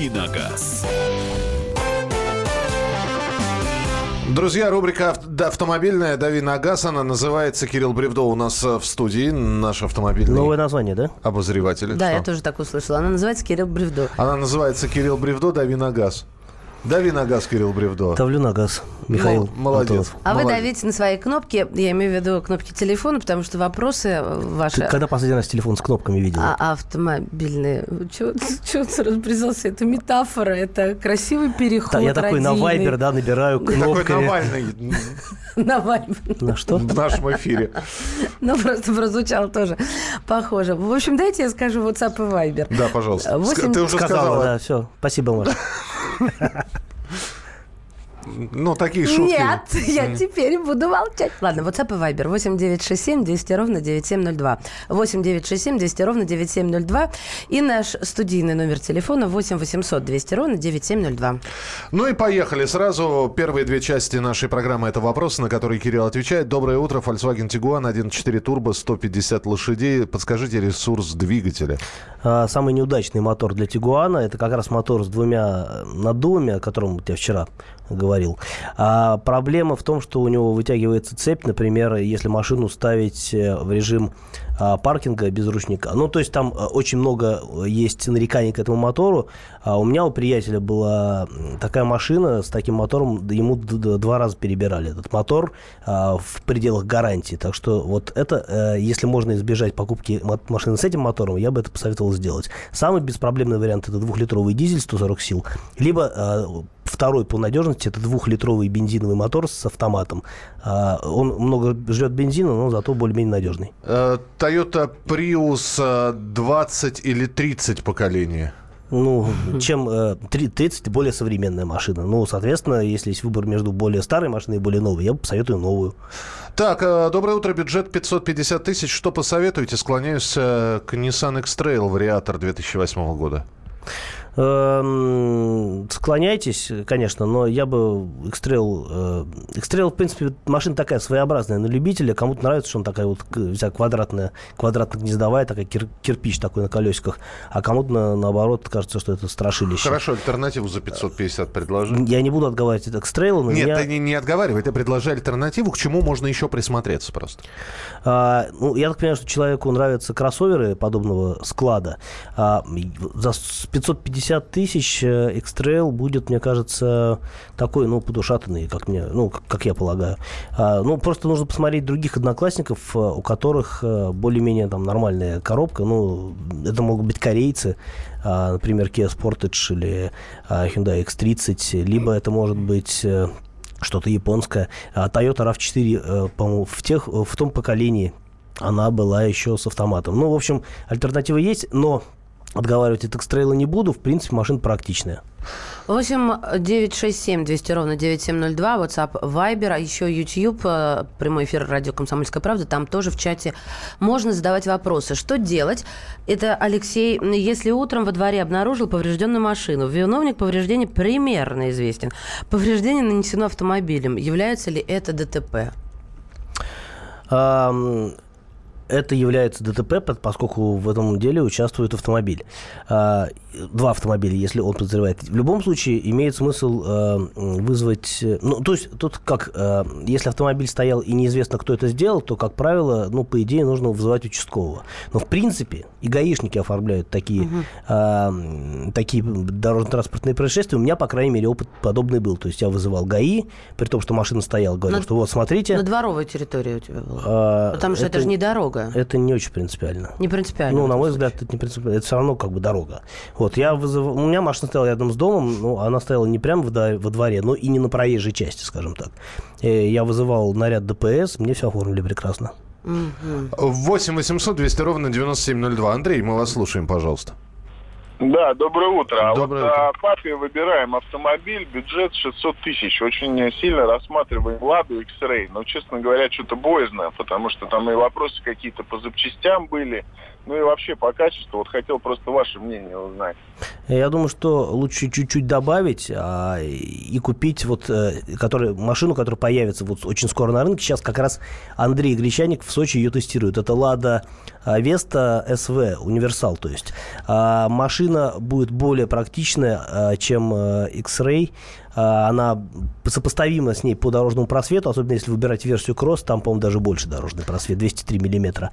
«Дави на газ». Друзья, рубрика автомобильная «Дави на газ». Она называется. Кирилл Бревдо у нас в студии. Наш автомобильный... Новое название, да? Обозреватель. Да, что? я тоже так услышала. Она называется Кирилл Бревдо. Она называется «Кирилл Бревдо. Дави на газ». Дави на газ, Кирилл Бревдо. Давлю на газ, Михаил. Молодец. Антонов. А вы давите на свои кнопки, я имею в виду кнопки телефона, потому что вопросы ваши... Ты когда последний раз телефон с кнопками видел? Автомобильные. Чего ты разбрезался? Это метафора, это красивый переход. Да, я такой на родийный. Вайбер, да, набираю кнопками. Такой Навальный На Вайбер. На что? в нашем эфире. Ну, просто прозвучало тоже похоже. В общем, дайте я скажу WhatsApp и Viber. Да, пожалуйста. 8... Ты уже сказала. Да, все. Спасибо, Маша. Ну, такие шутки. Нет, я теперь буду молчать. Ладно, WhatsApp и Viber 8-967-200-97-02. 8-967-200-97-02. И наш студийный номер телефона 8-800-200-97-02. Ну и поехали. Сразу первые две части нашей программы – это вопросы, на которые Кирилл отвечает. Доброе утро. Volkswagen Tiguan 1.4 турбо, 150 лошадей. Подскажите ресурс двигателя. Самый неудачный мотор для Тигуана – это как раз мотор с двумя наддувами, о котором я вчера говорил. А проблема в том, что у него вытягивается цепь, например, если машину ставить в режим паркинга без ручника. Ну, то есть там очень много есть нареканий к этому мотору. У меня у приятеля была такая машина с таким мотором, ему 2 раза перебирали этот мотор в пределах гарантии. Так что вот это, если можно избежать покупки машины с этим мотором, я бы это посоветовал сделать. Самый беспроблемный вариант – это 2-литровый дизель 140 сил, либо второй по надежности – это 2-литровый бензиновый мотор с автоматом. Он много жрет бензина, но зато более-менее надежный. Toyota Prius 20 или 30 поколения? Ну, чем 30 более современная машина. Ну, соответственно, если есть выбор между более старой машиной и более новой, я бы посоветую новую. Так, доброе утро. Бюджет 550 тысяч. Что посоветуете? Склоняюсь к Nissan X-Trail, вариатор 2008 года. Склоняйтесь, конечно, но я бы X-Trail, в принципе, машина такая своеобразная на любителя. Кому-то нравится, что он такая вот вся квадратно-гнездовая, такая кирпич такой на колесиках, а кому-то, наоборот, кажется, что это страшилище. Хорошо, альтернативу за 550 предложи. Я не буду отговаривать от X-Trail, но Нет, ты не отговаривай, ты предложи альтернативу, к чему можно еще присмотреться просто. Ну, я так понимаю, что человеку нравятся кроссоверы подобного склада. За 550 тысяч X-Trail будет, мне кажется, такой, ну, подушатанный, как я полагаю. Ну, просто нужно посмотреть других одноклассников, у которых более-менее там нормальная коробка. Ну, это могут быть корейцы, например, Kia Sportage или Hyundai X30, либо это может быть что-то японское. Toyota RAV4, по-моему, в том поколении она была еще с автоматом. Ну, в общем, альтернатива есть, но отговаривать от X-Trail не буду. В принципе, машина практичная. 8-967-200-97-02, WhatsApp, Viber, а еще YouTube, прямой эфир радио «Комсомольская правда». Там тоже в чате можно задавать вопросы. Что делать? Это Алексей. Если утром во дворе обнаружил поврежденную машину, виновник повреждения примерно известен. Повреждение нанесено автомобилем. Является ли это ДТП? Это является ДТП, поскольку в этом деле участвует автомобиль. 2 автомобиля, если он подозревает. В любом случае, имеет смысл вызвать... Ну, то есть, тут как, если автомобиль стоял и неизвестно, кто это сделал, то, как правило, ну, по идее, нужно вызывать участкового. Но, в принципе, и гаишники оформляют такие дорожно-транспортные происшествия. У меня, по крайней мере, опыт подобный был. То есть, я вызывал ГАИ, при том, что машина стояла, говорил, что вот, смотрите... На дворовой территории у тебя была. Потому что это же не дорога. Это не очень принципиально. Не принципиально. Ну, на мой взгляд, это не принципиально. Это все равно как бы дорога. Вот, у меня машина стояла рядом с домом, ну, она стояла не прямо во дворе, но и не на проезжей части, скажем так. Я вызывал наряд ДПС, мне все оформили прекрасно. 8-800-200-97-02. Андрей, мы вас слушаем, пожалуйста. Да, доброе утро. Доброе утро. Папе выбираем автомобиль, бюджет 600 тысяч. Очень сильно рассматриваем Ладу X-Ray. Но, честно говоря, что-то боязно, потому что там и вопросы какие-то по запчастям были. ну и вообще по качеству. Вот хотел просто ваше мнение узнать. Я думаю, что лучше чуть-чуть добавить и купить машину, которая появится вот очень скоро на рынке. Сейчас как раз Андрей Гречаник в Сочи ее тестирует. Это Lada Vesta SV, универсал, то есть. Машина будет более практичная, чем X-Ray. Она сопоставима с ней по дорожному просвету, особенно если выбирать версию кросс, там, по-моему, даже больше дорожный просвет, 203 миллиметра.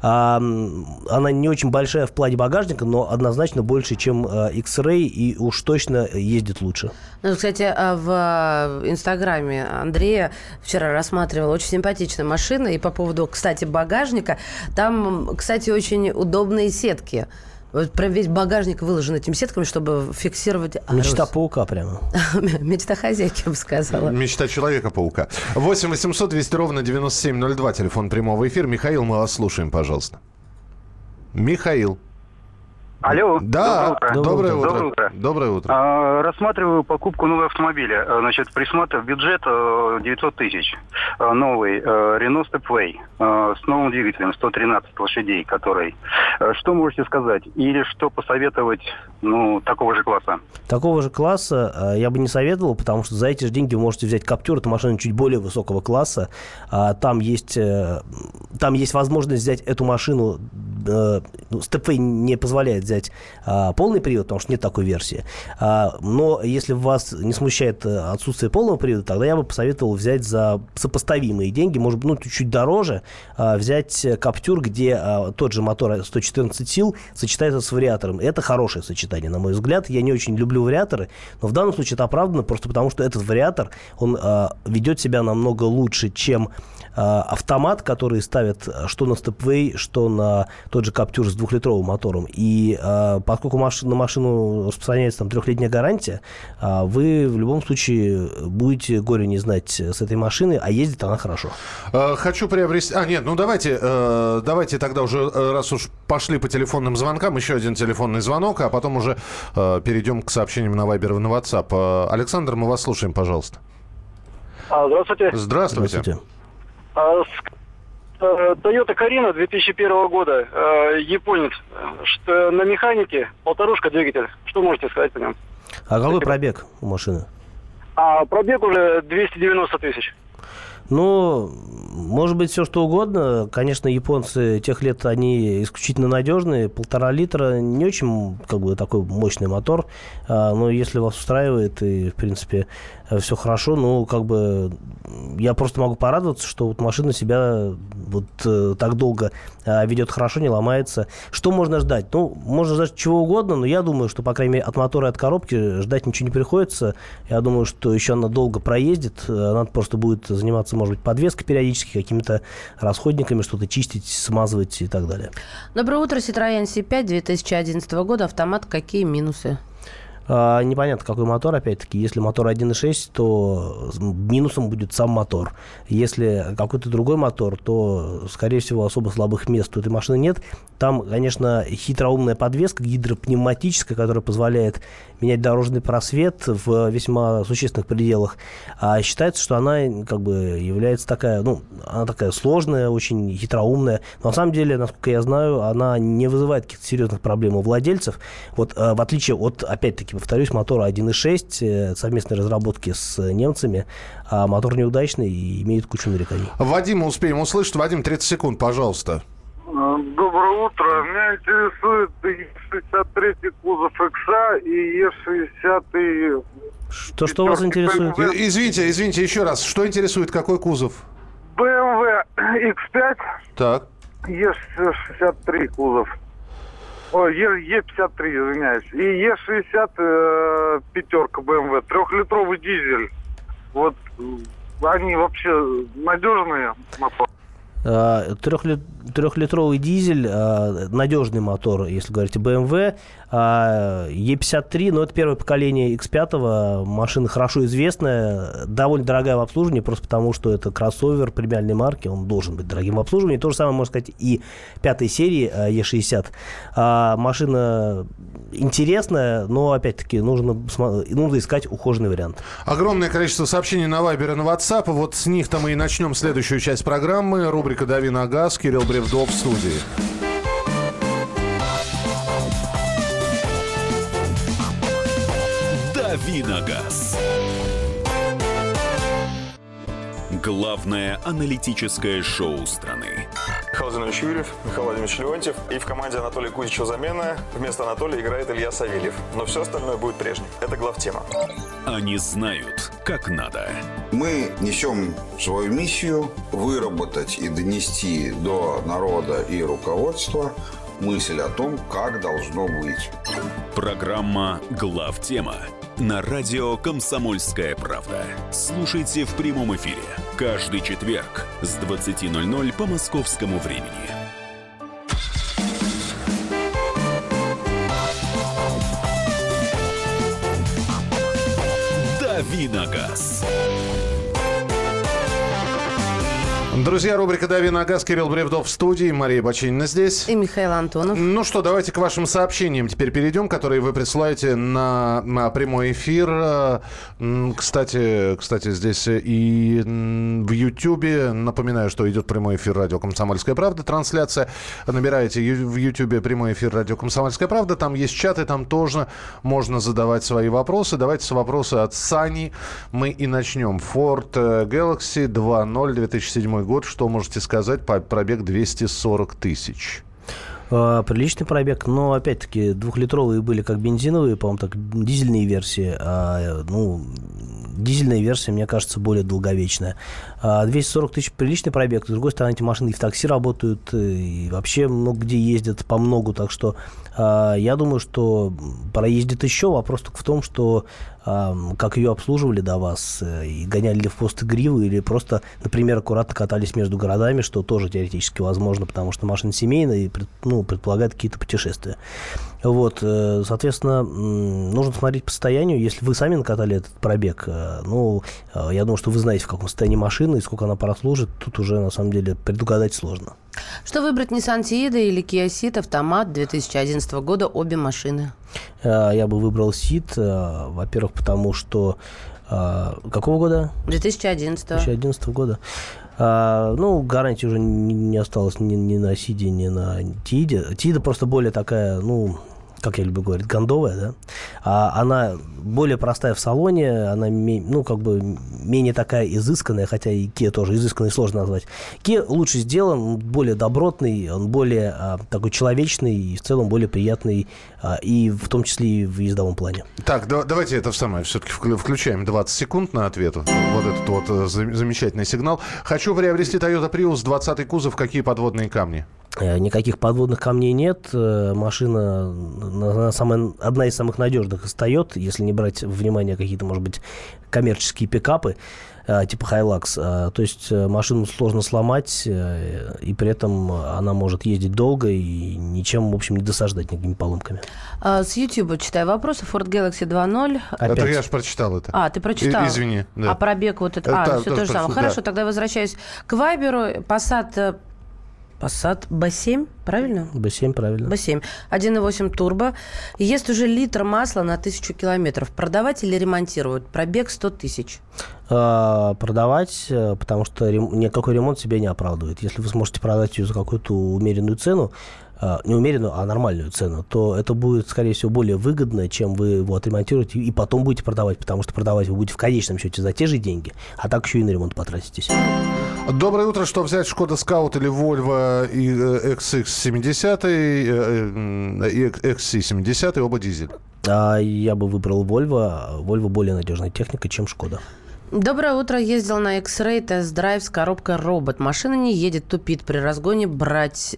Она не очень большая в плане багажника, но однозначно больше, чем X-Ray, и уж точно ездит лучше. Ну, кстати, в Инстаграме Андрея вчера рассматривал очень симпатичная машина, и по поводу, кстати, багажника, там, кстати, очень удобные сетки. Вот прям весь багажник выложен этими сетками, чтобы фиксировать... Мечта паука прямо. Мечта хозяйки, я бы сказала. Мечта Человека-паука. 8 800 200 ровно 9702, телефон прямого эфира. Михаил, мы вас слушаем, пожалуйста. Михаил. Алло. Да, доброе утро. Доброе утро. Доброе утро. Рассматриваю покупку нового автомобиля. Значит, присматриваю бюджет 900 тысяч. Новый Renault Stepway с новым двигателем 113 лошадей, который. Что можете сказать? Или что посоветовать, такого же класса? Такого же класса я бы не советовал, потому что за эти же деньги вы можете взять Captur. Это машина чуть более высокого класса. Там есть возможность взять эту машину. Stepway не позволяет взять полный привод, потому что нет такой версии. Но если вас не смущает отсутствие полного привода, тогда я бы посоветовал взять за сопоставимые деньги, может быть, чуть-чуть дороже, взять Captur, где тот же мотор 114 сил сочетается с вариатором. Это хорошее сочетание, на мой взгляд. Я не очень люблю вариаторы, но в данном случае это оправдано просто потому, что этот вариатор, он ведет себя намного лучше, чем автомат, который ставят что на Stepway, что на тот же Captur с 2-литровым мотором. И поскольку на машину распространяется там 3-летняя гарантия, вы в любом случае будете горе не знать с этой машиной, а ездит она хорошо. Хочу приобрести... давайте тогда уже, раз уж пошли по телефонным звонкам, еще один телефонный звонок, а потом уже перейдем к сообщениям на Viber и на WhatsApp. Александр, мы вас слушаем, пожалуйста. Здравствуйте. Здравствуйте. Toyota Carina 2001 года, японец, что на механике, 1,5 двигатель. Что можете сказать по нему? А какой пробег у машины? Пробег уже 290 тысяч. Может быть, все что угодно. Конечно, японцы тех лет, они исключительно надежные. 1,5 литра не очень такой мощный мотор. Но если вас устраивает и, в принципе, все хорошо, я просто могу порадоваться, что вот машина себя так долго ведет хорошо, не ломается. Что можно ждать? Можно ждать чего угодно, но я думаю, что, по крайней мере, от мотора и от коробки ждать ничего не приходится. Я думаю, что еще она долго проездит. Надо просто будет заниматься, может быть, подвеской периодически, какими-то расходниками, что-то чистить, смазывать и так далее. Доброе утро, Citroёn C5 2011 года. Автомат. Какие минусы? Непонятно, какой мотор, опять-таки. Если мотор 1.6, то минусом будет сам мотор. Если какой-то другой мотор, то, скорее всего, особо слабых мест у этой машины нет. Там, конечно, хитроумная подвеска гидропневматическая, которая позволяет менять дорожный просвет в весьма существенных пределах. А считается, что она является такая, она такая сложная, очень хитроумная. Но на самом деле, насколько я знаю, она не вызывает каких-то серьезных проблем у владельцев. В отличие от, опять-таки, повторюсь, мотора 1.6 совместной разработки с немцами, мотор неудачный и имеет кучу нареканий. Вадима успеем услышать. Вадим, 30 секунд, пожалуйста. Доброе утро. Меня интересует Е63 кузов XA и Е60... Что вас интересует? Извините, еще раз. Что интересует? Какой кузов? BMW X5. Так. Е63 кузов. Е53, извиняюсь. И Е60 пятерка BMW. 3-литровый дизель. Они вообще надежные моторы? 3-литровый дизель, надежный мотор, если говорите BMW. Е53, это первое поколение X5, машина хорошо известная, довольно дорогая в обслуживании, просто потому что это кроссовер премиальной марки, он должен быть дорогим в обслуживании. То же самое можно сказать и 5-й серии Е60. Машина интересная, но, опять-таки, нужно искать ухоженный вариант. Огромное количество сообщений на Viber и на WhatsApp. С них-то мы и начнем следующую часть программы. Рубрика «Дави на газ». Кирилл Бревдов в студии. «Давиногаз». Главное аналитическое шоу страны. Михаил Владимирович Юрьев, Михаил Владимирович Леонтьев. И в команде Анатолия Кузичева замена. Вместо Анатолия играет Илья Савельев. Но все остальное будет прежним. Это главтема. Они знают, как надо. Мы несем свою миссию выработать и донести до народа и руководства мысль о том, как должно быть. Программа «Главтема» на радио «Комсомольская правда». Слушайте в прямом эфире каждый четверг с 20:00 по московскому времени. «Давиногаз». Друзья, рубрика «Дави на газ», Кирилл Бревдов в студии, Мария Бачинина здесь. И Михаил Антонов. Ну что, давайте к вашим сообщениям теперь перейдем, которые вы присылаете на прямой эфир. Кстати, здесь и в Ютьюбе, напоминаю, что идет прямой эфир радио «Комсомольская правда», трансляция. Набираете в Ютьюбе прямой эфир радио «Комсомольская правда», там есть чаты, там тоже можно задавать свои вопросы. Давайте с вопроса от Сани мы и начнем. Ford Galaxy 2.0, 2007 год. Что можете сказать? Пробег 240 тысяч. Приличный пробег, но опять-таки 2-литровые были как бензиновые, по-моему, так дизельные версии. Дизельная версия, мне кажется, более долговечная. 240 тысяч приличный пробег. С другой стороны, эти машины и в такси работают, и вообще много где ездят по многу. Так что я думаю, что проездит еще. Вопрос только в том, что как ее обслуживали до вас, и гоняли ли в хвост гривы, или просто, например, аккуратно катались между городами, что тоже теоретически возможно, потому что машина семейная и предполагает какие-то путешествия. Вот, соответственно, нужно смотреть по состоянию. Если вы сами накатали этот пробег, я думаю, что вы знаете, в каком состоянии машина и сколько она прослужит. Тут уже, на самом деле, предугадать сложно. Что выбрать, Nissan Tiida или Kia Ceed, автомат 2011 года, обе машины? Я бы выбрал Ceed, во-первых, потому что... Какого года? 2011. 2011 года. Гарантии уже не осталось ни на Ceed, ни на Tiida. Tiida просто более такая, как я люблю говорить, гондовая, да? Она более простая в салоне, она, менее такая изысканная, хотя и Kia тоже изысканной сложно назвать. Kia лучше сделан, он более добротный, он более такой человечный и в целом более приятный, и в том числе и в ездовом плане. Так, давайте это все-таки включаем 20 секунд на ответ. Вот этот замечательный сигнал. Хочу приобрести Toyota Prius 20 кузов. Какие подводные камни? Никаких подводных камней нет. Машина одна из самых надежных из Toyota, если не брать в внимание какие-то, может быть, коммерческие пикапы типа Hilux. То есть машину сложно сломать, и при этом она может ездить долго и ничем, в общем, не досаждать никакими поломками. С YouTube читаю вопросы. Ford Galaxy 2.0. Это я же прочитал это. Ты прочитал? Извини. Да. А пробег вот это? Все то же самое. Хорошо, тогда возвращаюсь к Вайберу. Passat B7, правильно? B7, правильно. B7. 1.8 турбо. Ест уже литр масла на 1000 километров. Продавать или ремонтировать? Пробег 100 тысяч. Продавать, потому что никакой ремонт себя не оправдывает. Если вы сможете продать ее за какую-то умеренную цену, не умеренную, а нормальную цену, то это будет, скорее всего, более выгодно, чем вы его отремонтируете и потом будете продавать, потому что продавать вы будете в конечном счете за те же деньги, а так еще и на ремонт потратитесь. Доброе утро. Что взять, Шкода Скаут или Volvo XC70 и XC70, оба дизель? Я бы выбрал Volvo. Volvo более надежная техника, чем Шкода. Доброе утро. Ездил на X-Ray, тест-драйв с коробкой робот. Машина не едет, тупит. При разгоне брать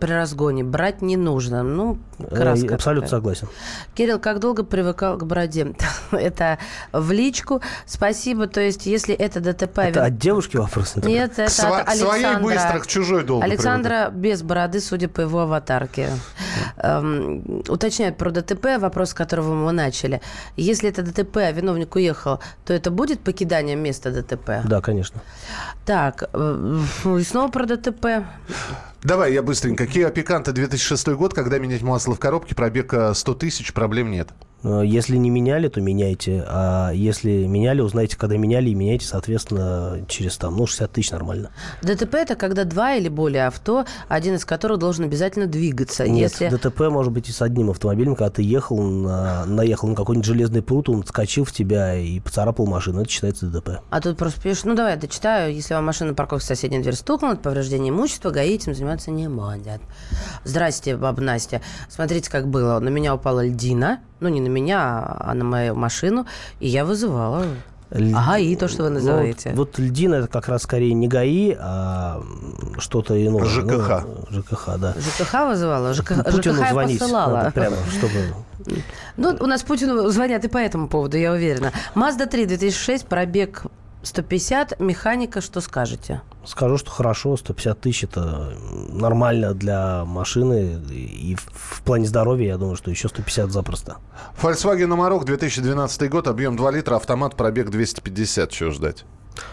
не нужно. Краска. Абсолютно согласен. Кирилл, как долго привыкал к бороде? Это в личку. Спасибо. То есть, если это ДТП... Это от девушки вопрос? Нет, это от Александра. Своей быстро, к чужой долго. Александра без бороды, судя по его аватарке. Уточняют про ДТП, вопрос, с которого мы начали. Если это ДТП, а виновник уехал, то это будет покидание места ДТП? Да, конечно. Так, и снова про ДТП. Давай, я быстренько. Kia Picanto 2006 год, когда менять масло в коробке, пробег 100 тысяч, проблем нет. Если не меняли, то меняйте. А если меняли, узнайте, когда меняли, и меняйте, соответственно, через 60 тысяч нормально. ДТП – это когда 2 или более авто, один из которых должен обязательно двигаться. Нет, ДТП может быть и с одним автомобилем, когда ты наехал на какой-нибудь железный прут, он отскочил в тебя и поцарапал машину. Это считается ДТП. А тут просто пишешь, давай я дочитаю. Если вам машина на парковке соседняя дверь стукнула, повреждение имущества, ГАИ этим заниматься не будет. Здрасте, баба Настя. Смотрите, как было. На меня упала льдина. Не на меня, а на мою машину. И я вызывала... ГАИ, то, что вы называете. Вот льдина, это как раз скорее не ГАИ, а что-то иное. ЖКХ. ЖКХ, да. ЖКХ вызывала? Путину звонить посылала. Надо прямо, чтобы... У нас Путину звонят и по этому поводу, я уверена. Mazda 3 2006, пробег 150, механика, что скажете? Скажу, что хорошо, 150 тысяч – это нормально для машины. И в плане здоровья, я думаю, что еще 150 запросто. Volkswagen Amarok, 2012 год, объем 2 литра, автомат, пробег 250. Чего ждать?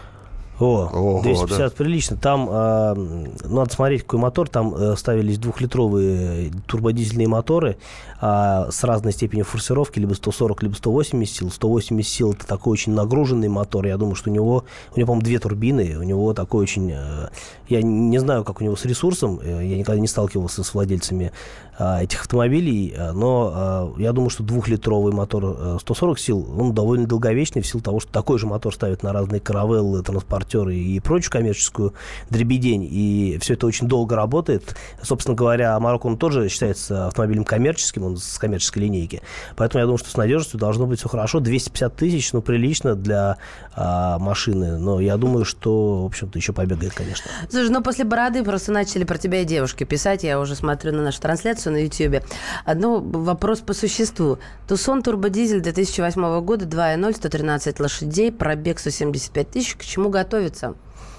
250 да. Прилично. Там надо смотреть, какой мотор. Там ставились 2-литровые турбодизельные моторы с разной степенью форсировки, либо 140, либо 180 сил. 180 сил – это такой очень нагруженный мотор. Я думаю, что у него, по-моему, 2 турбины. У него такой очень... Я не знаю, как у него с ресурсом. Я никогда не сталкивался с владельцами этих автомобилей. Но я думаю, что 2-литровый мотор 140 сил, он довольно долговечный в силу того, что такой же мотор ставят на разные каравеллы, транспортеры и прочую коммерческую дребедень. И все это очень долго работает. Собственно говоря, Amarok, он тоже считается автомобилем коммерческим, он с коммерческой линейки. Поэтому я думаю, что с надежностью должно быть все хорошо. 250 тысяч, прилично для машины. Но я думаю, что, в общем-то, еще побегает, конечно. Слушай, после бороды просто начали про тебя и девушки писать. Я уже смотрю на нашу трансляцию на YouTube. Вопрос по существу. Тусон турбодизель 2008 года, 2.0, 113 лошадей, пробег 175 тысяч. К чему готовиться?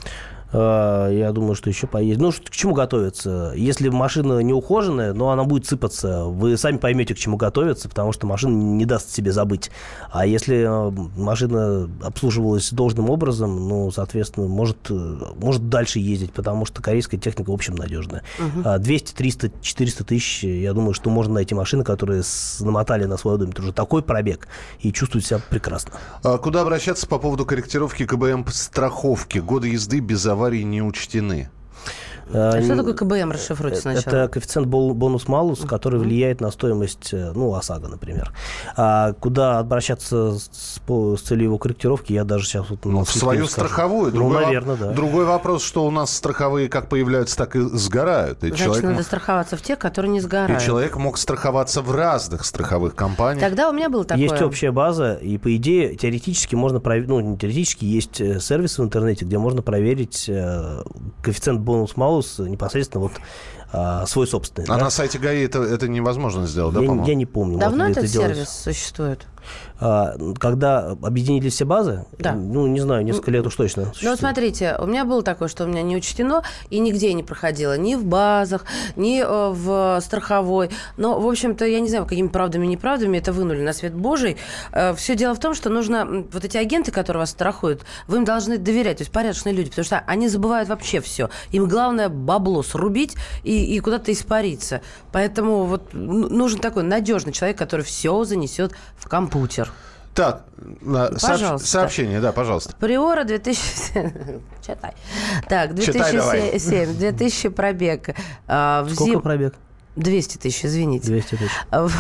Я думаю, что еще поездит. К чему готовиться? Если машина не ухоженная, но она будет сыпаться, вы сами поймете, к чему готовиться, потому что машина не даст себе забыть. А если машина обслуживалась должным образом, соответственно, может дальше ездить, потому что корейская техника, в общем, надежная. 200, 300, 400 тысяч, я думаю, что можно найти машины, которые намотали на свой одометр уже такой пробег и чувствуют себя прекрасно. Куда обращаться по поводу корректировки КБМ страховки? Годы езды без аварий не учтены. Что такое КБМ? Расшифруйте сначала. Это коэффициент бонус-малус, который влияет на стоимость, ОСАГО, например. Куда обращаться с целью его корректировки, я даже сейчас... в свою страховую. Наверное, да. Другой вопрос, что у нас страховые как появляются, так и сгорают. Значит, надо страховаться в тех, которые не сгорают. И человек мог страховаться в разных страховых компаниях. Тогда у меня было такое. Есть общая база, и, по идее, теоретически можно проверить... не теоретически, есть сервисы в интернете, где можно проверить коэффициент бонус-малус непосредственно свой собственный. А на сайте ГАИ это невозможно сделать, по-моему? Я не помню. Давно этот сервис существует? Когда объединились все базы, да. Не знаю, несколько лет уж точно существует. Смотрите, у меня было такое, что у меня не учтено и нигде не проходило, ни в базах, ни в страховой. Но, в общем-то, я не знаю, какими правдами и неправдами это вынули на свет Божий. Все дело в том, что нужно... Вот эти агенты, которые вас страхуют, вы им должны доверять, то есть порядочные люди, потому что они забывают вообще все. Им главное бабло срубить и куда-то испариться. Поэтому нужен такой надежный человек, который все занесет в компьютер. Так, сообщение, да, пожалуйста. Приора 2007. Читай. Так, 2007, 2000 пробег. Сколько пробег? 200 тысяч, извините. 200 тысяч.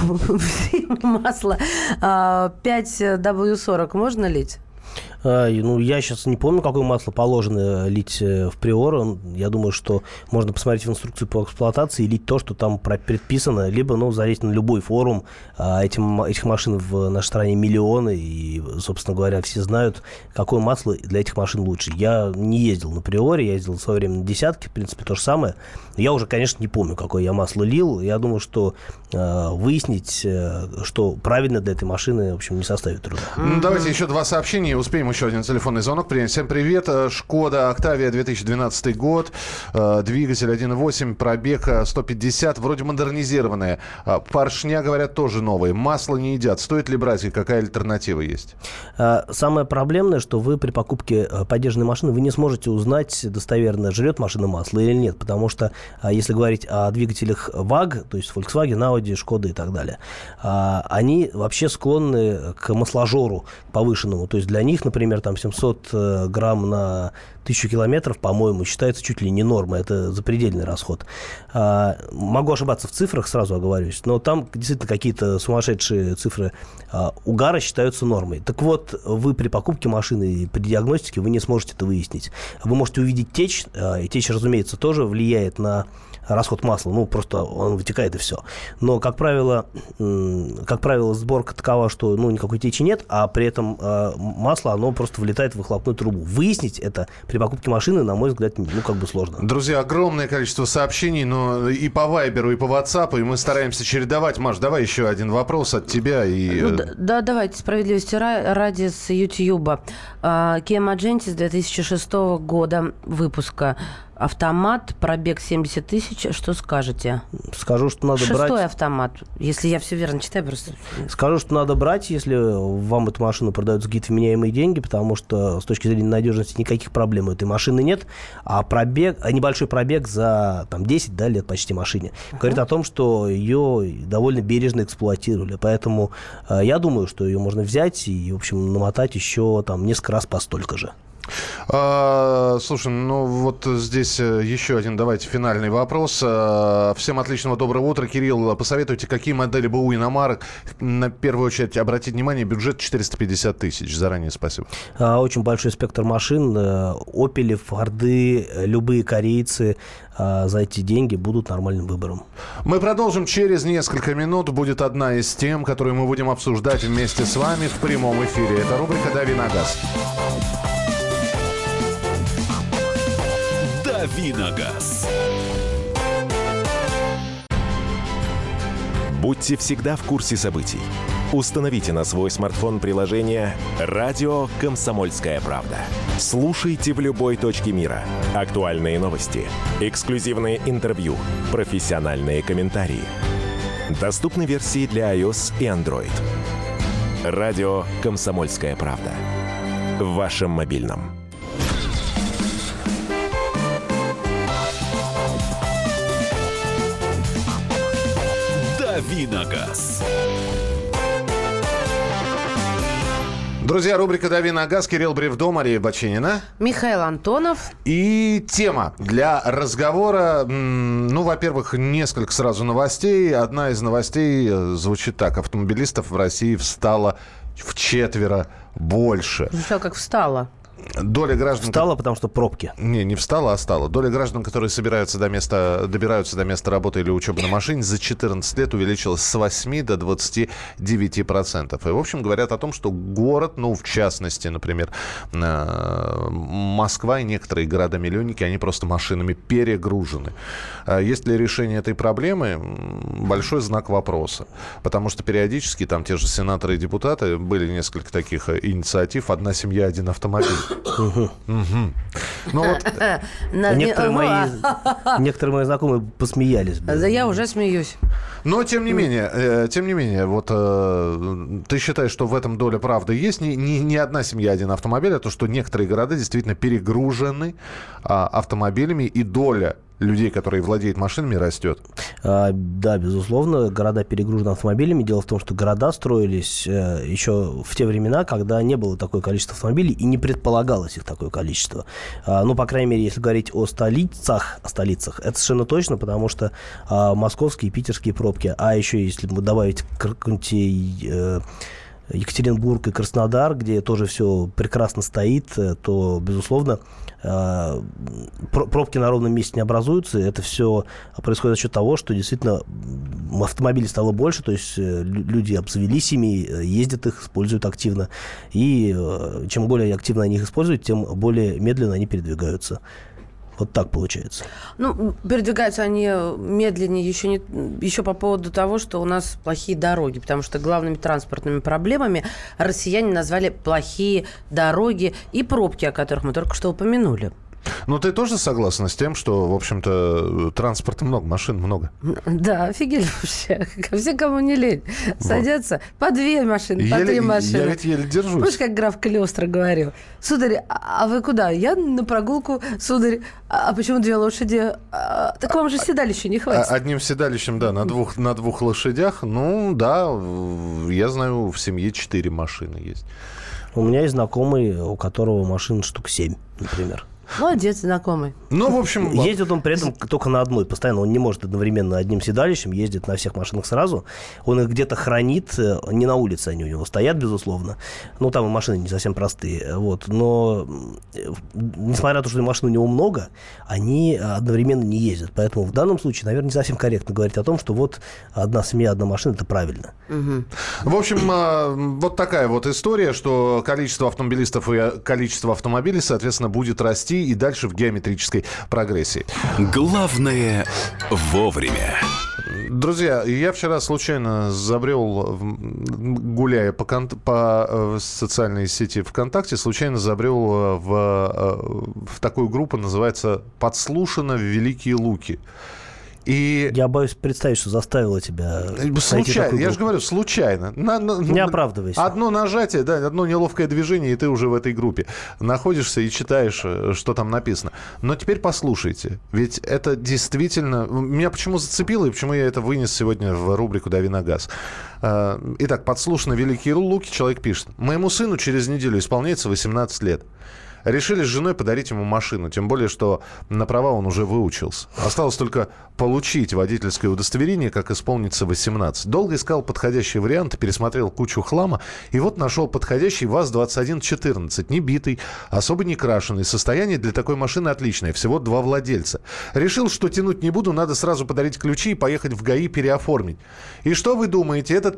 Масло 5W40 можно лить? Я сейчас не помню, какое масло положено лить в Приора. Я думаю, что можно посмотреть в инструкцию по эксплуатации и лить то, что там предписано, либо залезть на любой форум. Этих машин в нашей стране миллионы, и, собственно говоря, все знают, какое масло для этих машин лучше. Я не ездил на Приоре, я ездил в свое время на десятке, в принципе, то же самое. Я уже, конечно, не помню, какое я масло лил. Я думаю, что выяснить, что правильно для этой машины, в общем, не составит труда. Давайте еще 2 сообщения, успеем еще один телефонный звонок. Всем привет. Шкода Октавия 2012 год. Двигатель 1.8, пробег 150. Вроде модернизированная. Поршня, говорят, тоже новые. Масло не едят. Стоит ли брать и какая альтернатива есть? Самое проблемное, что вы при покупке подержанной машины вы не сможете узнать достоверно, жрет машина масло или нет. Потому что, если говорить о двигателях VAG, то есть Volkswagen, Audi, Шкода и так далее, они вообще склонны к масложору повышенному. То есть для них, например, там 700 грамм на 1000 километров, по-моему, считается чуть ли не нормой. Это запредельный расход. Могу ошибаться в цифрах, сразу оговорюсь, но там действительно какие-то сумасшедшие цифры угара считаются нормой. Так вот, вы при покупке машины и при диагностике вы не сможете это выяснить. Вы можете увидеть течь, и течь, разумеется, тоже влияет на расход масла, ну, просто он вытекает и все. Но, как правило, сборка такова, что, ну, никакой течи нет, а при этом масло, оно просто влетает в выхлопную трубу. Выяснить это при покупке машины, на мой взгляд, ну, как бы сложно. Друзья, огромное количество сообщений, но и по Вайберу, и по WhatsApp, и мы стараемся чередовать. Маш, давай еще один вопрос от тебя. Да, давайте, справедливости ради, с Ютьюба. Kia Magentis 2006 года выпуска. Автомат, пробег 70 тысяч. Что скажете? Скажу, что надо брать... Шестой автомат. Если я все верно читаю, просто... Скажу, что надо брать, если вам эту машину продают за какие-то вменяемые деньги, потому что с точки зрения надежности никаких проблем у этой машины нет. А небольшой пробег за 10 лет почти машине говорит о том, что ее довольно бережно эксплуатировали. Поэтому я думаю, что ее можно взять и, в общем, намотать еще несколько раз по столько же. Слушай, ну вот здесь еще один, давайте, финальный вопрос. Всем отличного доброго утра. Кирилл, посоветуйте, какие модели БУ иномарок? На первую очередь обратить внимание, бюджет 450 тысяч. Заранее спасибо. Очень большой спектр машин. Опели, Форды, любые корейцы за эти деньги будут нормальным выбором. Мы продолжим через несколько минут. Будет одна из тем, которую мы будем обсуждать вместе с вами в прямом эфире. Это рубрика «Дави на газ». «Дави на газ». Будьте всегда в курсе событий. Установите на свой смартфон приложение «Радио Комсомольская правда». Слушайте в любой точке мира. Актуальные новости, эксклюзивные интервью, профессиональные комментарии. Доступны версии для iOS и Android. «Радио Комсомольская правда». В вашем мобильном. «Дави на газ». Друзья, рубрика «Дави на газ». Кирилл Бревдо, Мария Баченина. Михаил Антонов. И тема для разговора. Ну, во-первых, несколько сразу новостей. Одна из новостей звучит так. Автомобилистов в России встало вчетверо больше. Звучало как «встало». Доля граждан... Встала, потому что пробки. Не встала, а стала. Доля граждан, которые добираются до места работы или учебы на машине, за 14 лет увеличилась с 8 до 29%. И, в общем, говорят о том, что город, ну, в частности, например, Москва и некоторые города-миллионники, они просто машинами перегружены. Есть ли решение этой проблемы? Большой знак вопроса. Потому что периодически там те же сенаторы и депутаты, были несколько таких инициатив. Одна семья, один автомобиль. Ну, вот. Некоторые мои знакомые посмеялись. Да я уже смеюсь. Но, тем не менее, вот ты считаешь, что в этом доля правды есть? Не одна семья, один автомобиль, а то, что некоторые города действительно перегружены автомобилями, и доля людей, которые владеют машинами, растет. Да, безусловно, города перегружены автомобилями. Дело в том, что города строились еще в те времена, когда не было такое количество автомобилей и не предполагалось их такое количество. Ну, по крайней мере, если говорить о столицах, это совершенно точно, потому что московские и питерские пробки, а еще если добавить какой-нибудь Екатеринбург и Краснодар, где тоже все прекрасно стоит, то, безусловно, пробки на ровном месте не образуются. Это все происходит за счет того, что действительно автомобилей стало больше, то есть люди обзавелись ими, ездят их, используют активно. И чем более активно они их используют, тем более медленно они передвигаются. Вот так получается. Ну, передвигаются они медленнее еще по поводу того, что у нас плохие дороги, потому что главными транспортными проблемами россияне назвали плохие дороги и пробки, о которых мы только что упомянули. Ну, ты тоже согласна с тем, что, в общем-то, транспорта много, машин много? Да, офигели вообще. Все, кому не лень, садятся по 2 машины, по 3 машины. Я ведь еле держусь. Помнишь, как граф Калиостро говорил? Сударь, а вы куда? Я на прогулку, сударь. А почему 2 лошади? Так вам же седалища не хватит. Одним седалищем, да, на двух лошадях. Ну, да, я знаю, в семье 4 машины есть. У меня есть знакомый, у которого машин штук 7, например. Молодец, знакомый. Ну, в общем... Ездит он при этом только на одной. Постоянно он не может одновременно одним седалищем ездить на всех машинах сразу. Он их где-то хранит. Не на улице они у него стоят, безусловно. Ну, там и машины не совсем простые. Вот. Но, несмотря на то, что машин у него много, они одновременно не ездят. Поэтому в данном случае, наверное, не совсем корректно говорить о том, что вот одна семья, одна машина – это правильно. Угу. В общем, вот такая вот история, что количество автомобилистов и количество автомобилей, соответственно, будет расти и дальше в геометрической прогрессии. Главное вовремя. Друзья, я вчера случайно забрел, гуляя по социальной сети ВКонтакте, случайно забрел в такую группу, называется «Подслушано в Великие Луки». И... Я боюсь представить, что заставило тебя... Случайно, я же говорю, случайно. Не оправдывайся. Одно нажатие, да, одно неловкое движение, и ты уже в этой группе находишься и читаешь, что там написано. Но теперь послушайте, ведь это действительно... Меня почему зацепило, и почему я это вынес сегодня в рубрику «Дави на газ». Итак, подслушано Великие Луки, человек пишет. «Моему сыну через неделю исполняется 18 лет. Решили с женой подарить ему машину, тем более, что на права он уже выучился. Осталось только получить водительское удостоверение, как исполнится 18. Долго искал подходящий вариант, пересмотрел кучу хлама, и вот нашел подходящий ВАЗ-2114, не битый, особо не крашеный. Состояние для такой машины отличное, всего 2 владельца. Решил, что тянуть не буду, надо сразу подарить ключи и поехать в ГАИ переоформить. И что вы думаете, этот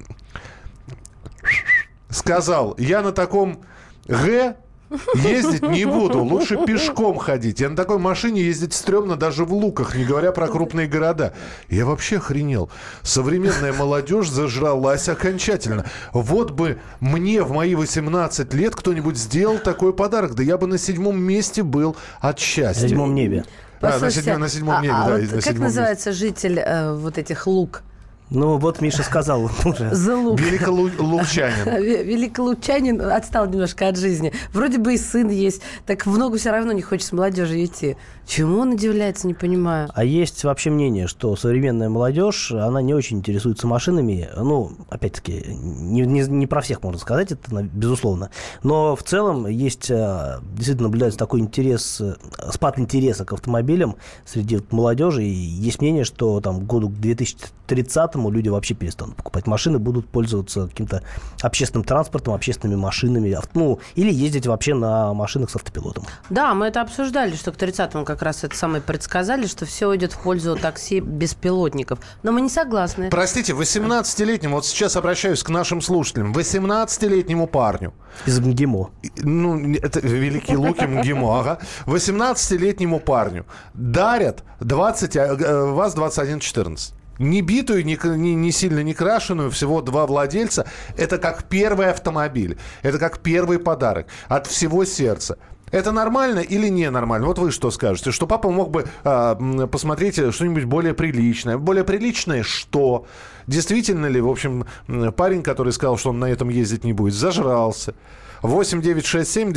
сказал, я на таком ездить не буду, лучше пешком ходить. Я на такой машине ездить стрёмно даже в Луках, не говоря про крупные города. Я вообще охренел. Современная молодежь зажралась окончательно. Вот бы мне в мои 18 лет кто-нибудь сделал такой подарок, да я бы на 7-м месте был от счастья. На 7-м небе. Послушайте, на 7-м небе, да. Вот как называется житель вот этих Лук? Ну, вот Миша сказал уже. Великолукчанин. Великолукчанин отстал немножко от жизни. Вроде бы и сын есть. Так много все равно не хочется молодежи идти. Чему он удивляется, не понимаю. А есть вообще мнение, что современная молодежь, она не очень интересуется машинами. Ну, опять-таки, не про всех можно сказать, это безусловно. Но в целом есть, действительно наблюдается такой интерес, спад интереса к автомобилям среди молодежи. И есть мнение, что там к году 2030-му люди вообще перестанут покупать машины, будут пользоваться каким-то общественным транспортом, общественными машинами, ну, или ездить вообще на машинах с автопилотом. Да, мы это обсуждали, что к 30-му как раз это самое предсказали, что все уйдет в пользу такси беспилотников. Но мы не согласны. Простите, 18-летнему, вот сейчас обращаюсь к нашим слушателям, 18-летнему парню. Из МГИМО. Ну, это Великие Луки, МГИМО, ага. 18-летнему парню дарят ВАЗ-2114. Не битую, не сильно не крашеную, всего 2 владельца. Это как первый автомобиль. Это как первый подарок. От всего сердца. Это нормально или не нормально? Вот вы что скажете? Что папа мог бы посмотреть что-нибудь более приличное. Более приличное что? Действительно ли, в общем, парень, который сказал, что он на этом ездить не будет, зажрался? 8-967-200-97-02.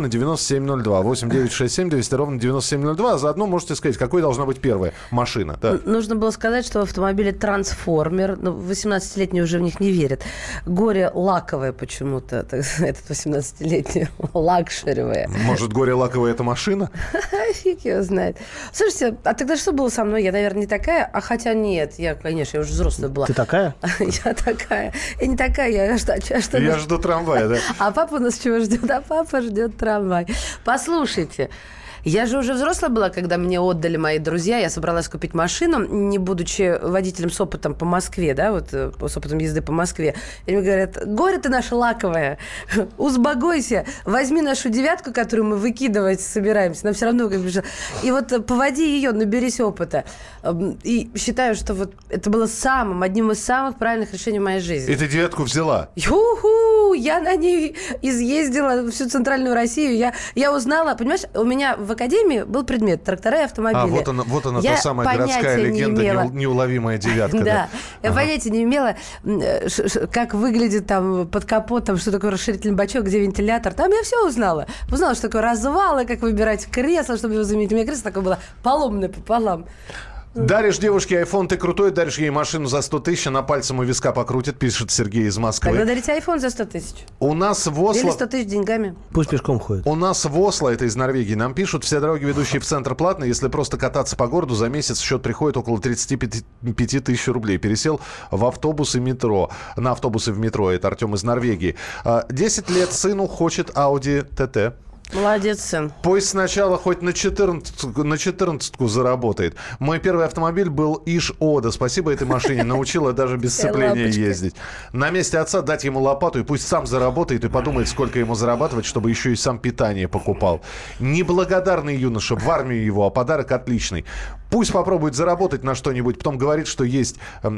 8-967-200-97-02. А заодно можете сказать, какой должна быть первая машина. Да. Нужно было сказать, что в автомобиле трансформер, но 18-летние уже в них не верят. Горе лаковое почему-то, этот 18-летний, лакшеревое. Может, горе лаковое – это машина? Фиг его знает. Слушайте, а тогда что было со мной? Я, наверное, не такая, а хотя нет, я, конечно, я уже взрослая была. Ты такая? Я такая. Я не такая, я что? Я жду трамвая, да. А папа нас чего ждет? А папа ждет трамвай. Послушайте, Я же уже взрослая была, когда мне отдали мои друзья. Я собралась купить машину, не будучи водителем с опытом по Москве, да, вот с опытом езды по Москве. И мне говорят: горе ты наша лаковая, узбогойся, возьми нашу девятку, которую мы выкидывать собираемся, нам все равно как бы... И вот поводи ее, наберись опыта. И считаю, что вот это было одним из самых правильных решений в моей жизни. И ты девятку взяла? Ю-ху! Я на ней изъездила всю центральную Россию. Я узнала, понимаешь, у меня в академии был предмет «Трактора и автомобили». Вот она та самая городская легенда, неуловимая девятка. Да, я понятия не имела, как выглядит там под капотом, что такое расширительный бачок, где вентилятор. Там я все узнала. Узнала, что такое развалы, как выбирать кресло, чтобы его заменить. У меня кресло такое было поломное пополам. Даришь девушке айфон, ты крутой, даришь ей машину за 100 тысяч, она пальцем у виска покрутит, пишет Сергей из Москвы. Тогда дарите айфон за 100 тысяч. У нас в Осло... Или 100 тысяч деньгами. Пусть пешком ходит. У нас в Осло, это из Норвегии, нам пишут, все дороги, ведущие в центр, платные. Если просто кататься по городу, за месяц счет приходит около 35 тысяч рублей. Пересел в автобус и метро. На автобусы в метро. Это Артем из Норвегии. 10 лет сыну хочет Audi TT. Молодец, сын. Пусть сначала хоть на 14-ку заработает. Мой первый автомобиль был Иш-Ода. Спасибо этой машине. Научила даже без сцепления ездить. На месте отца дать ему лопату, и пусть сам заработает и подумает, сколько ему зарабатывать, чтобы еще и сам питание покупал. Неблагодарный юноша. В армию его, а подарок отличный. Пусть попробует заработать на что-нибудь, потом говорит, что есть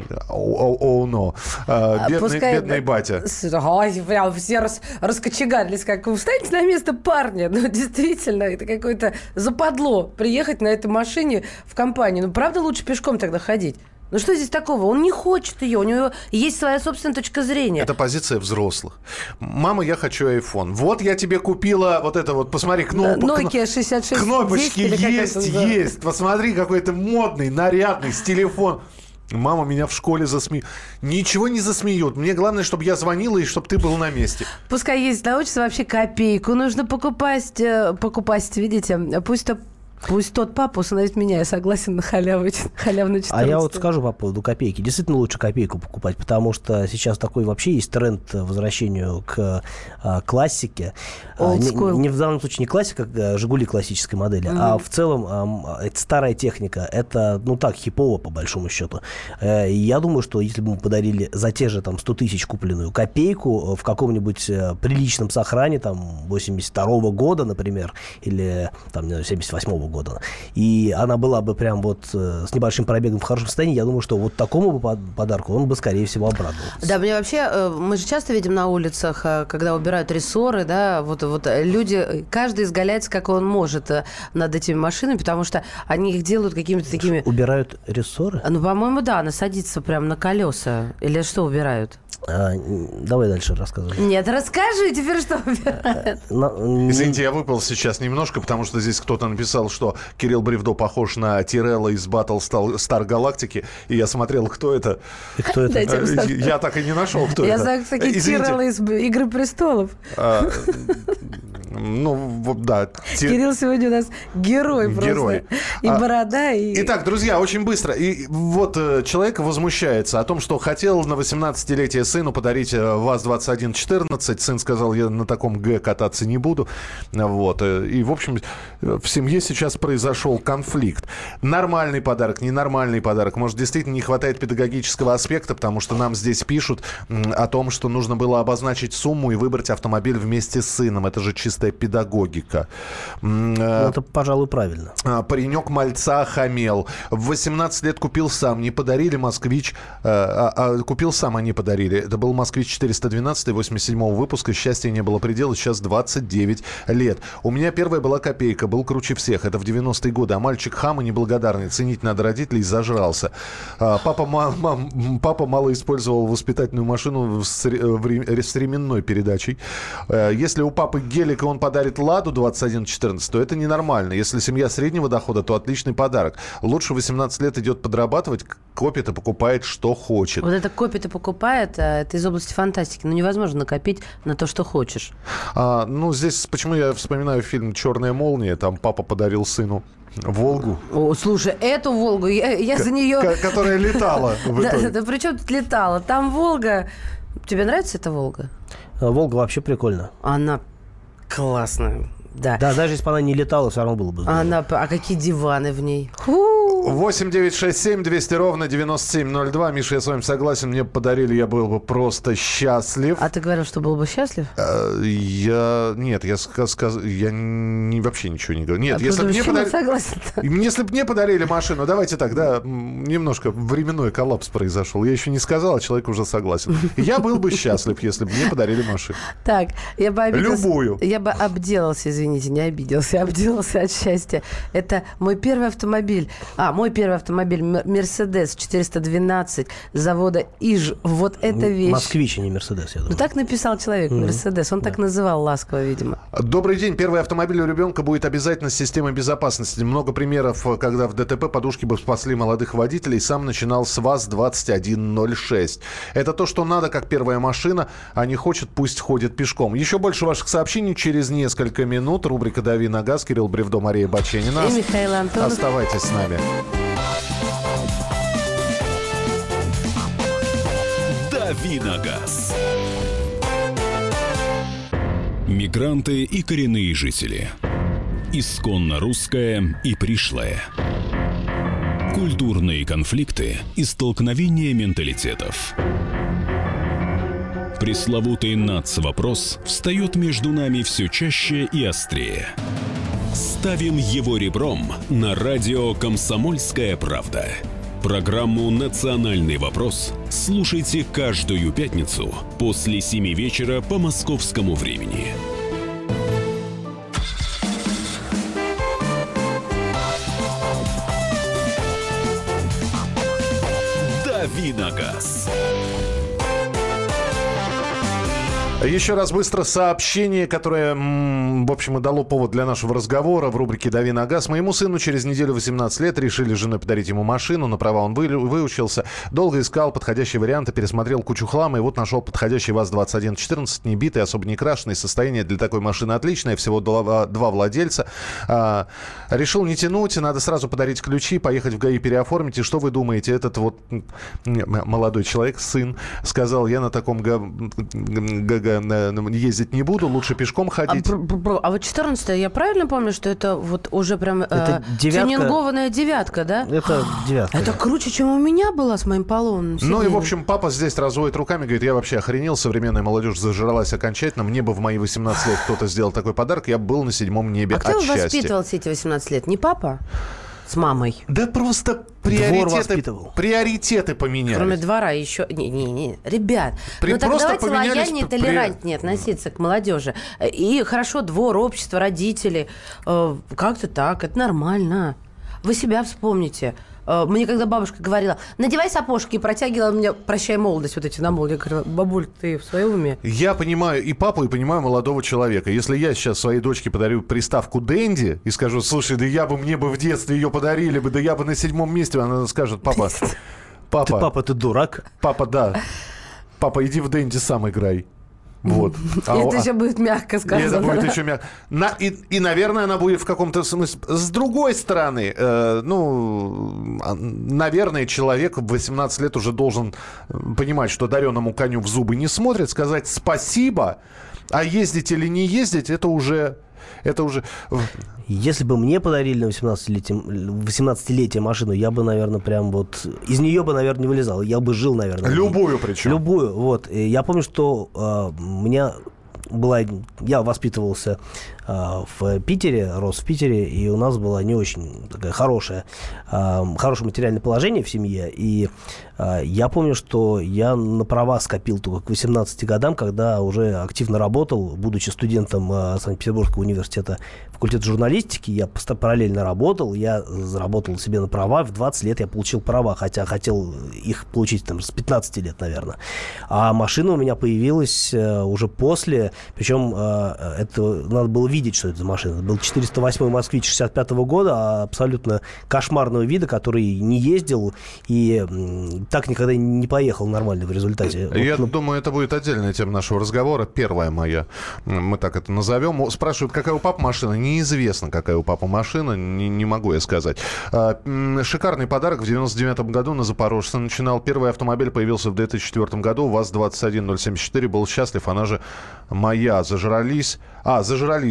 бедный батя. Ой, прям все раскочегарились. Как встаньте на место парня. Ну, действительно, это какое-то западло приехать на этой машине в компанию. Ну, правда, лучше пешком тогда ходить? Ну, что здесь такого? Он не хочет ее, у него есть своя собственная точка зрения. Это позиция взрослых. Мама, я хочу iPhone. Вот я тебе купила вот это вот, посмотри, Nokia 6610. Кнопочки есть. Посмотри, какой-то модный, нарядный, с телефоном. Мама меня в школе засмеет. Ничего не засмеют. Мне главное, чтобы я звонила и чтобы ты был на месте. Пускай есть, научится вообще копейку. Нужно покупать, видите. Пусть тот папа установит меня, я согласен на халяву 14. А я вот скажу по поводу копейки. Действительно лучше копейку покупать, потому что сейчас такой вообще есть тренд возвращению к классике. Не в данном случае не классика, «Жигули» классической модели, а в целом это старая техника. Это, так, хипово по большому счету. Я думаю, что если бы мы подарили за те же 100 тысяч купленную копейку в каком-нибудь приличном сохране, 82-го года, например, или 78-го года, и она была бы прям с небольшим пробегом в хорошем состоянии, я думаю, что вот такому бы подарку он бы, скорее всего, обрадовался. Да, мне вообще, мы же часто видим на улицах, когда убирают рессоры, да, вот люди, каждый изгаляется, как он может над этими машинами, потому что они их делают какими-то такими... Убирают рессоры? Ну, по-моему, да, она садится прямо на колеса. Или что убирают? Давай дальше рассказывай. Нет, расскажи теперь, что убирают. Извините, я выпал сейчас немножко, потому что здесь кто-то написал, что Кирилл Бревдо похож на Тирелла из Battlestar Галактики, и я смотрел, кто это. И кто это? Я так и не нашел, кто это. Я знаю, кстати, Тирелла из «Игры престолов». Да. Кирилл сегодня у нас герой просто. И борода, и... Итак, друзья, очень быстро. И вот человек возмущается о том, что хотел на 18-летие сыну подарить ВАЗ-2114. Сын сказал, я на таком Г кататься не буду. Вот. И, в общем, в семье сейчас произошел конфликт. Нормальный подарок, ненормальный подарок. Может, действительно не хватает педагогического аспекта, потому что нам здесь пишут о том, что нужно было обозначить сумму и выбрать автомобиль вместе с сыном. Это же чистая педагогика. Это, пожалуй, правильно. Паренек мальца охамел. В 18 лет купил сам. Не подарили «Москвич». Купил сам, а не подарили. Это был «Москвич» 412 87-го выпуска. Счастья не было предела. Сейчас 29 лет. У меня первая была копейка. Был круче всех. Это в 90-е годы. А мальчик хам и неблагодарный. Ценить надо родителей. Зажрался. Папа мало использовал воспитательную машину с ременной передачей. Если у папы гелик, и он подарит «Ладу» 2114, то это ненормально. Если семья среднего дохода, то отличный подарок. Лучше 18 лет идет подрабатывать, копит и покупает, что хочет. Вот это копит и покупает, это из области фантастики. Ну, невозможно накопить на то, что хочешь. Здесь почему я вспоминаю фильм «Черная молния». Там папа подарил сыну «Волгу». О, слушай, эту «Волгу», я за нее... Которая летала в итоге. Да при чем тут летала? Там «Волга». Тебе нравится эта «Волга»? «Волга» вообще прикольно. Она классная. Да. Да, даже если бы она не летала, все равно было бы здорово. А какие диваны в ней? 8-967-200-97-02. Миша, я с вами согласен. Мне подарили, я был бы просто счастлив. А ты говорил, что был бы счастлив? Нет, я вообще ничего не говорю. Нет, если бы мне подарили машину, давайте так, да, немножко временной коллапс произошел. Я еще не сказал, а человек уже согласен. Я был бы счастлив, если бы мне подарили машину. Так, я бы обиделся. Любую. Я бы обделался, извините, не обиделся. Обделался от счастья. Это мой первый автомобиль. Мой первый автомобиль Мерседес 412 завода Иж. Вот эта вещь. Москвич, а не Мерседес, я думаю. Ну, так написал человек, Мерседес. Он так называл ласково, видимо. Добрый день. Первый автомобиль у ребенка будет обязательно с системой безопасности. Много примеров, когда в ДТП подушки бы спасли молодых водителей. Сам начинал с ВАЗ-2106. Это то, что надо, как первая машина, а не хочет, пусть ходит пешком. Еще больше ваших сообщений через несколько минут. Рубрика «Дави на газ». Кирилл Бревдо, Мария Баченина. И Михаил Антонов. Оставайтесь с нами. «Дави на газ». Мигранты и коренные жители. Исконно русское и пришлое. Культурные конфликты и столкновения менталитетов. Пресловутый НАЦ-вопрос встает между нами все чаще и острее. Ставим его ребром на радио «Комсомольская правда». Программу «Национальный вопрос» слушайте каждую пятницу после 7 вечера по московскому времени. «Дави на газ». Еще раз быстро сообщение, которое, в общем, и дало повод для нашего разговора в рубрике «Дави на газ». Моему сыну через неделю 18 лет решили с женой подарить ему машину. На права он выучился. Долго искал подходящие варианты, пересмотрел кучу хлама. И вот нашел подходящий ВАЗ-2114, не битый, особо не крашеный. Состояние для такой машины отличное. Всего два владельца. Решил не тянуть. Надо сразу подарить ключи, поехать в ГАИ переоформить. И что вы думаете? Этот вот молодой человек, сын, сказал: я на таком ездить не буду, лучше пешком ходить. А вот 14-е, я правильно помню, что это вот уже прям тюнингованная девятка, да? Это девятка. Это круче, чем у меня была с моим полоном. Ну и, в общем, папа здесь разводит руками, говорит: я вообще охренел, современная молодежь зажралась окончательно. Мне бы в мои 18 лет кто-то сделал такой подарок, я был на 7-м небе от счастья. А кто воспитывал все эти 18 лет? Не папа? С мамой? Да просто приоритеты поменялись. Кроме двора еще... Не, ребят, ну так давайте лояльнее, толерантнее относиться к молодежи. И хорошо, двор, общество, родители. Как-то так, это нормально. Вы себя вспомните. Мне когда бабушка говорила: надевай сапожки, и протягивала мне «Прощай, молодость», вот эти на молодость. Я говорю: бабуль, ты в своем уме? Я понимаю и папу, и понимаю молодого человека. Если я сейчас своей дочке подарю приставку «Дэнди» и скажу: слушай, да мне бы в детстве ее подарили бы, да я бы на 7-м месте, она скажет: папа, ты дурак. Папа, да. Папа, иди в «Дэнди» сам играй. Вот. Это еще будет мягко сказано. Это будет еще мягко. И, наверное, она будет в каком-то смысле... С другой стороны, наверное, человек в 18 лет уже должен понимать, что дареному коню в зубы не смотрят, сказать спасибо, а ездить или не ездить, это уже... Если бы мне подарили на 18-летие машину, я бы, наверное, прям вот... Из нее бы, наверное, не вылезал. Я бы жил, наверное. Любую причем. Любую, вот. И я помню, что у меня была... Я воспитывался в Питере, рос в Питере, и у нас было не очень такое хорошее материальное положение в семье. И я помню, что я на права скопил только к 18 годам, когда уже активно работал, будучи студентом Санкт-Петербургского университета факультета журналистики. Я параллельно работал, я заработал себе на права. В 20 лет я получил права, хотя хотел их получить там, с 15 лет, наверное. А машина у меня появилась уже после, причем это надо было видеть, что это за машина. Это был 408-й «Москвич» 65-го года, абсолютно кошмарного вида, который не ездил и так никогда не поехал нормально в результате. Я думаю, это будет отдельная тема нашего разговора. Первая моя, мы так это назовем. Спрашивают, какая у папы машина. Неизвестно, какая у папы машина, не могу я сказать. Шикарный подарок. В 99-м году на Запорожце начинал. Первый автомобиль появился в 2004 году. ВАЗ-21074. Был счастлив, она же моя. Зажрались,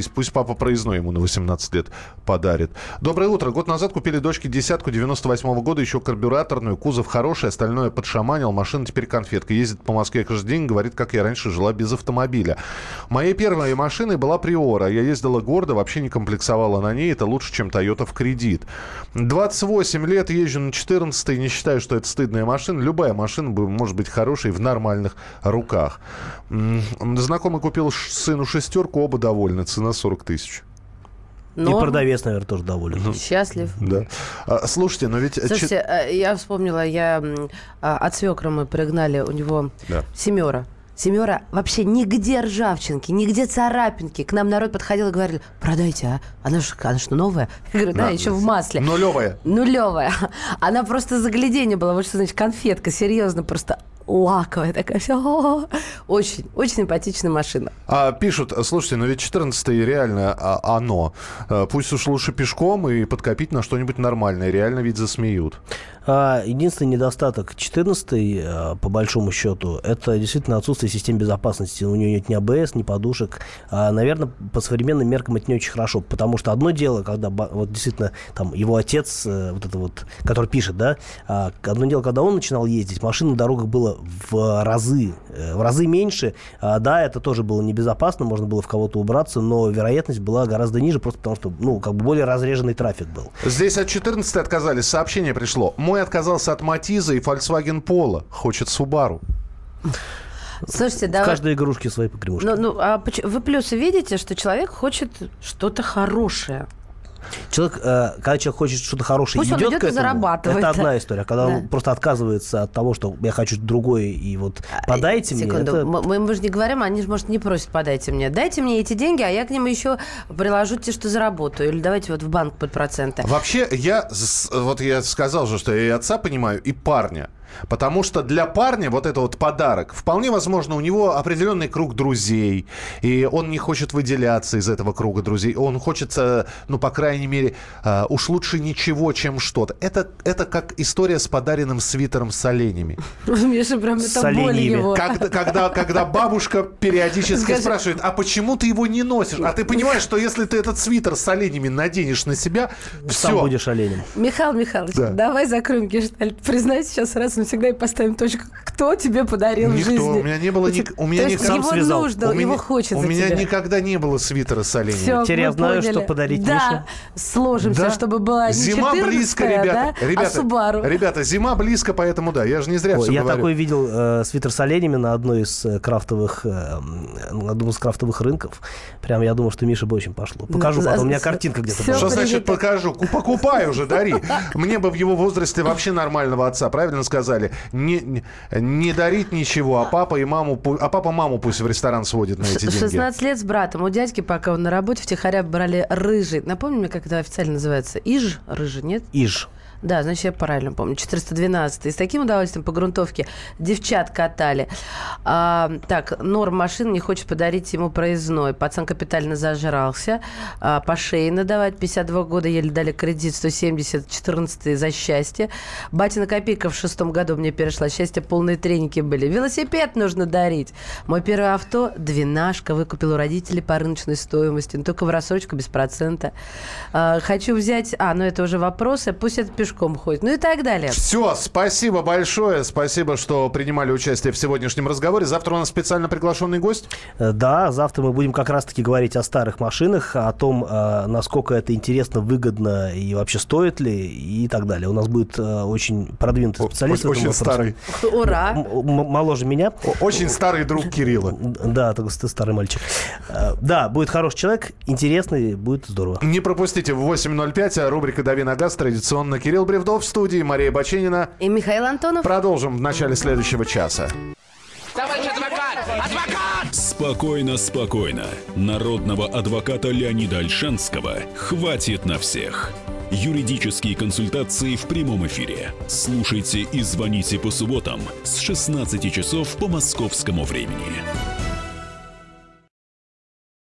Пусть папа проездной ему на 18 лет подарит. Доброе утро. Год назад купили дочке десятку 98-го года, еще карбюраторную, кузов хороший, остальное подшаманил, машина теперь конфетка. Ездит по Москве каждый день, говорит, как я раньше жила без автомобиля. Моей первой машиной была Приора. Я ездила гордо, вообще не комплексовала на ней. Это лучше, чем Toyota в кредит. 28 лет езжу на 14-й, не считаю, что это стыдная машина. Любая машина может быть хорошей в нормальных руках. Знакомый купил сыну шестерку, оба довольны. Цена 40 тысяч. И продавец, наверное, тоже доволен. Счастлив. Да. Слушайте, но ведь... Слушайте, я вспомнила, от свекра мы пригнали, у него семера. Семера вообще нигде ржавчинки, нигде царапинки. К нам народ подходил и говорил, продайте, а? Она же новая. Я говорю, да, еще в масле. Нулевая. Она просто загляденье была. Вот что значит конфетка, серьезно, просто лаковая такая вся. Очень, очень симпатичная машина. Пишут, слушайте, но ведь 14-й реально оно. Пусть уж лучше пешком и подкопить на что-нибудь нормальное. Реально ведь засмеют. Единственный недостаток 14-й, по большому счету, это действительно отсутствие системы безопасности. У нее нет ни АБС, ни подушек. Наверное, по современным меркам это не очень хорошо, потому что одно дело, когда вот действительно там его отец, который пишет, да, одно дело, когда он начинал ездить, машин на дорогах было в разы меньше. Да, это тоже было небезопасно, можно было в кого-то убраться, но вероятность была гораздо ниже, просто потому что, более разреженный трафик был. Здесь от 14-й отказались. Сообщение пришло. Мой отказался от Матиза и Volkswagen Polo. Хочет Subaru. Слушайте, в каждой игрушке свои погремушки. Вы плюсы видите, что человек хочет что-то хорошее? Когда человек хочет что-то хорошее, пусть идет к этому, зарабатывает. Это одна история. Когда он просто отказывается от того, что я хочу другое, и подайте мне. Секунду, мы же не говорим, они же, может, не просят, подайте мне. Дайте мне эти деньги, а я к ним еще приложу те, что заработаю. Или давайте в банк под проценты. Вообще, я сказал же, что я и отца понимаю, и парня. Потому что для парня вот это подарок. Вполне возможно, у него определенный круг друзей. И он не хочет выделяться из этого круга друзей. Он хочет, по крайней мере, уж лучше ничего, чем что-то. Это как история с подаренным свитером с оленями. Миша, прям это боль его. Когда бабушка периодически спрашивает, а почему ты его не носишь? А ты понимаешь, что если ты этот свитер с оленями наденешь на себя, все. Сам будешь оленем. Михаил Михайлович, давай закроем гештальт. Признайся сейчас раз навсегда и поставим точку. Кто тебе подарил в жизни? Никто. У меня не было... его нужно, его хочется. У меня никогда не было свитера с оленями. Теперь я знаю, что подарить Мише. Да, сложимся, чтобы была не зима 14-я, близко, ребята. А Subaru. Ребята, зима близко, поэтому да, я же не зря все говорю. Я такой видел свитер с оленями на одном из крафтовых рынков. Прям я думал, что Мише бы очень пошло. Покажу потом, у меня картинка где-то была. Что значит покажу? Покупай уже, дари. Мне бы в его возрасте вообще нормального отца, правильно сказали? Не дарить ничего, а папа маму пусть в ресторан сводит на эти деньги. 16 лет с братом. У дядьки, пока он на работе, втихаря брали рыжий. Напомни мне, как это официально называется? Иж? Рыжий, нет? Иж. Да, значит, я правильно помню. 412. И с таким удовольствием по грунтовке девчат катали. Норм машин не хочет подарить ему проездной. Пацан капитально зажрался. По шее надавать. 52 года еле дали кредит, 170, 14 за счастье. Батина копейка в 6-м году мне перешла. Счастье, полные треники были. Велосипед нужно дарить. Мой первое авто, 12, выкупил у родителей по рыночной стоимости. Но только в рассрочку, без процента. Хочу взять... это уже вопросы. Пусть это пешком ходит. И так далее. Все, спасибо большое. Спасибо, что принимали участие в сегодняшнем разговоре. Завтра у нас специально приглашенный гость. Да, завтра мы будем как раз-таки говорить о старых машинах, о том, насколько это интересно, выгодно и вообще стоит ли, и так далее. У нас будет очень продвинутый специалист. Очень старый. Ура! Моложе меня. Очень старый друг Кирилла. Да, ты старый мальчик. Да, будет хороший человек, интересный, будет здорово. Не пропустите в 8:05 рубрика «Дави на газ». Традиционно Кирилл Бревдов в студии, Мария Баченина и Михаил Антонов. Продолжим в начале следующего часа. Товарищ адвокат! Адвокат! Спокойно, спокойно. Народного адвоката Леонида Ольшанского хватит на всех. Юридические консультации в прямом эфире. Слушайте и звоните по субботам с 16 часов по московскому времени.